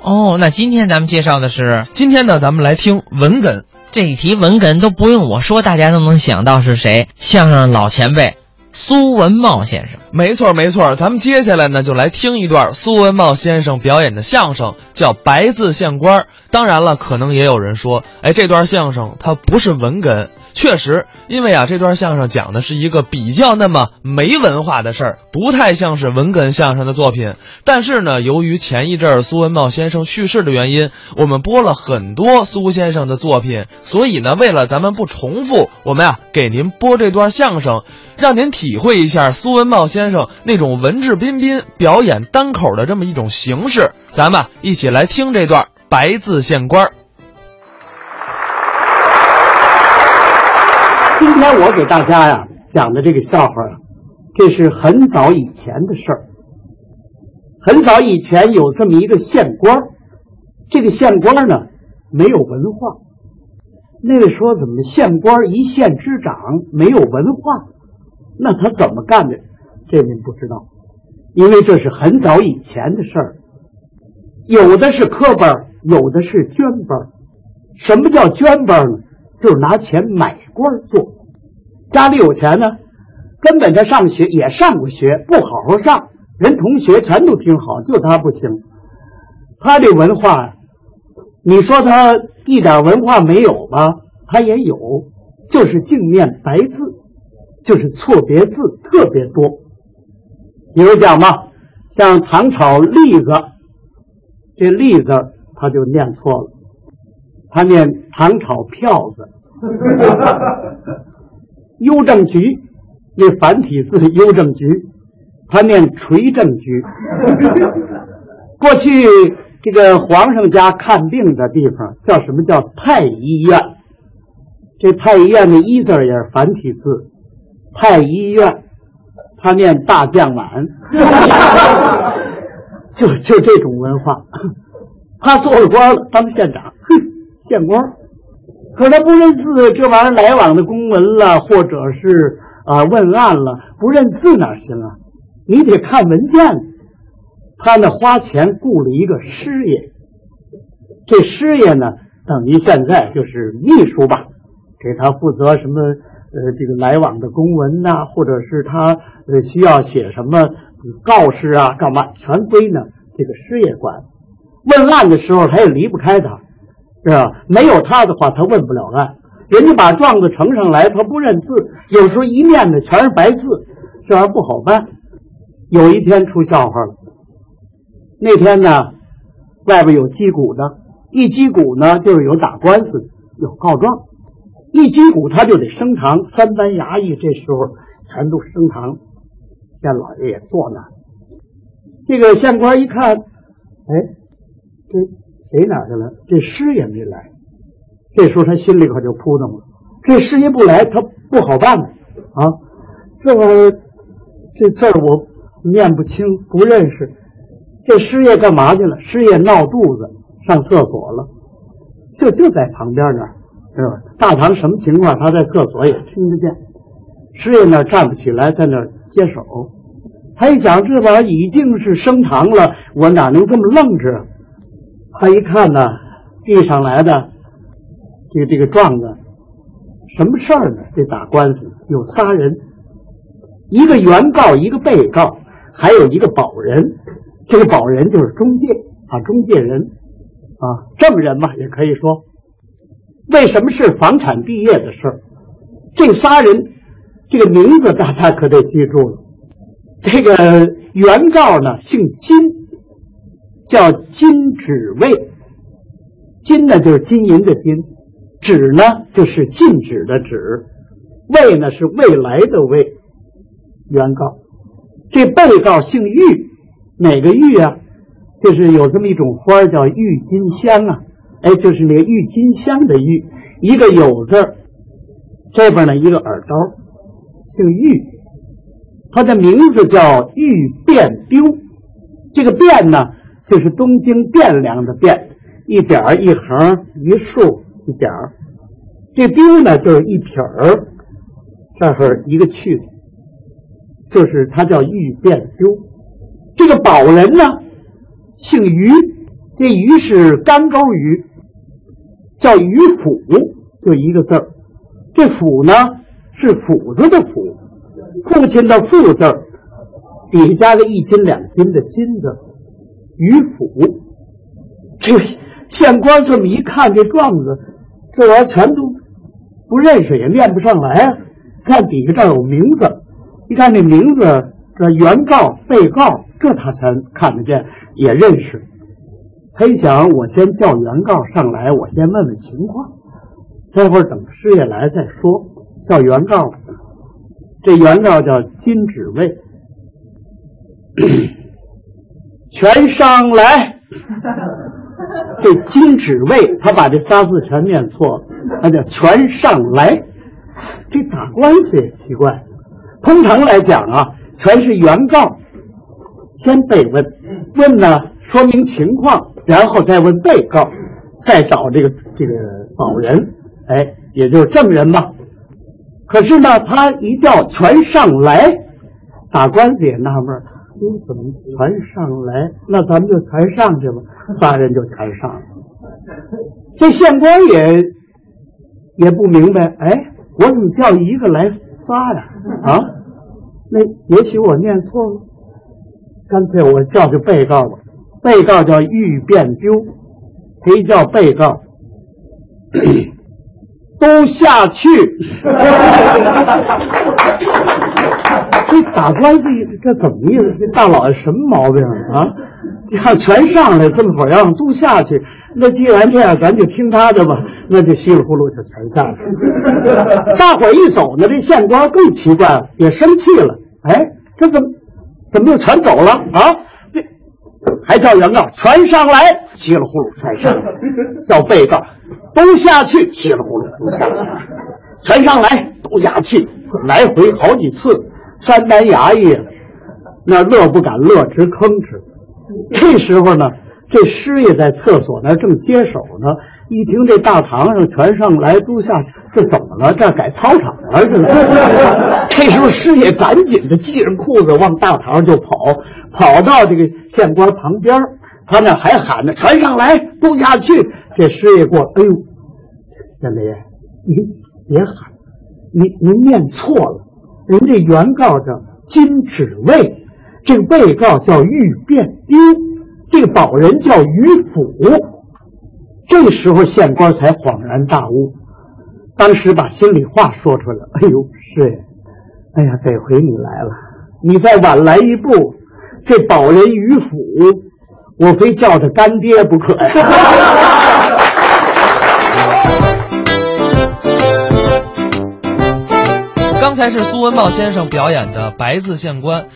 哦，那今天咱们介绍的是， 今天呢，咱们来听文哏。 这一提文哏都不用我说，大家都能想到是谁，相声老前辈苏文茂先生。 没错没错，咱们接下来呢就来听一段苏文茂先生表演的相声，叫白字县官。当然了，可能也有人说，这段相声它不是文哏。确实，因为这段相声讲的是一个比较那么没文化的事儿，不太像是文哏相声的作品。但是呢，由于前一阵苏文茂先生去世的原因，我们播了很多苏先生的作品，所以呢，为了咱们不重复，我们给您播这段相声，让您体会一下苏文茂先生那种文质彬彬表演单口的这么一种形式。咱们一起来听这段白字县官。 今天我给大家讲的这个笑话这是很早以前的事儿。很早以前有这么一个县官，这个县官呢没有文化。那位说怎么县官一县之长没有文化？那他怎么干的？这您不知道，因为这是很早以前的事儿。有的是科班，有的是捐班。什么叫捐班呢？就是拿钱买官做。家里有钱呢，根本他上学也上过学，不好好上，人同学全都挺好，就他不行。他这文化，你说他一点文化没有吧？他也有，就是净念白字，就是错别字特别多。比如讲吧，像唐朝栗子，这栗子他就念错了，他念唐朝票子。邮政局，那繁体字邮政局，他念垂政局。过去这个皇上家看病的地方叫什么？叫太医院。这太医院的医字也是繁体字，太医院，他念大将碗。就这种文化。他做了官了，当县长，县官。可是他不认字，这玩意儿来往的公文了，或者是问案了，不认字哪行啊？你得看文件。他呢花钱雇了一个师爷，这师爷呢等于现在就是秘书吧，给他负责什么这个来往的公文呐，或者是他需要写什么告示啊，干嘛全归呢这个师爷管。问案的时候他也离不开他。是吧？没有他的话，他问不了案。人家把状子呈上来，他不认字，有时候一面的全是白字，这玩意儿不好办。有一天出笑话了。那天呢，外边有击鼓的，一击鼓呢就是有打官司，有告状。一击鼓他就得升堂，三班衙役这时候全都升堂，县老爷也坐那。这个县官一看，这谁哪去了？这师爷没来。这时候他心里可就扑腾了，这师爷不来他不好办啊！这玩意儿这字儿我念不清不认识，这师爷干嘛去了？师爷闹肚子上厕所了，就在旁边那儿，是吧？大堂什么情况他在厕所也听得见。师爷那站不起来，在那儿接手。他一想这玩意儿已经是升堂了，我哪能这么愣着？他一看呢，递上来的这个状子，什么事儿呢？这打官司有仨人，一个原告，一个被告，还有一个保人。这个保人就是中介中介人证人嘛，也可以说。为什么是房产地业的事儿？这仨人这个名字大家可得记住了。这个原告呢姓金，叫金止卫。金呢就是金银的金，止呢就是禁止的止，未呢是未来的未。原告。这被告姓郁，哪个郁啊？就是有这么一种花叫郁金香啊，就是那个郁金香的郁，一个有字，这边呢一个耳刀，姓郁。他的名字叫郁变丢，这个变呢就是东京汴梁的汴，一点一横一竖一点，这丢呢就是一撇儿，这儿一个去，就是他叫郁变丢。这个保人呢姓于， 这鱼是干钩鱼，叫鱼斧，就一个字儿。这斧呢是斧子的斧，父亲的父字儿，底下加个1斤2斤的斤字，鱼斧。这个县官这么一看这状子，这玩意儿全都不认识，也念不上来啊。看底下这儿有名字，一看这名字，这原告、被告，这他才看得见，也认识。他一想，我先叫原告上来，我先问问情况，待会儿等师爷来再说。叫原告，这原告叫金指卫，全上来。这金指卫他把这仨字全念错了，他叫全上来。这打官司也奇怪，通常来讲啊，全是原告先被问，问呢说明情况，然后再问被告，再找这个保人，哎，也就是证人吧。可是呢，他一叫全上来，打官司也纳闷，怎么全上来？那咱们就全上去吧。仨人就全上了。这县官也不明白，哎，我怎么叫一个来仨呀？啊，那也许我念错了，干脆我叫这被告吧。被告叫玉变丢，谁叫被告？都下去。这打官司这怎么意思？这大老爷什么毛病啊？要全上来，这么会儿让都下去，那既然这样，咱就听他的吧。那就稀里糊涂就全下去。大伙儿一走呢，这县官更奇怪了，也生气了。哎，这怎么就全走了啊？这还叫原告全上来，稀里糊涂全上来；叫被告都下去，稀里糊涂都下去；全上来，都下去，来回好几次。三班衙役那乐不敢乐，直吭哧。这时候呢，这师爷在厕所那正接手呢，一听这大堂上全上来都下去，这怎么了？这改操场了这是。这时候师爷赶紧的系上裤子往大堂就跑到这个县官旁边，他那还喊着全上来都下去。这师爷过，哎呦，县委，您别喊，您念错了，人这原告叫金指卫，这个被告叫玉变丢，这个保人叫于府。这时候县官才恍然大悟，当时把心里话说出来了。哎呦，师爷，哎呀，得亏你来了，你再晚来一步，这保人于府，我非叫他干爹不可呀。 刚才是苏文茂先生表演的白字县官。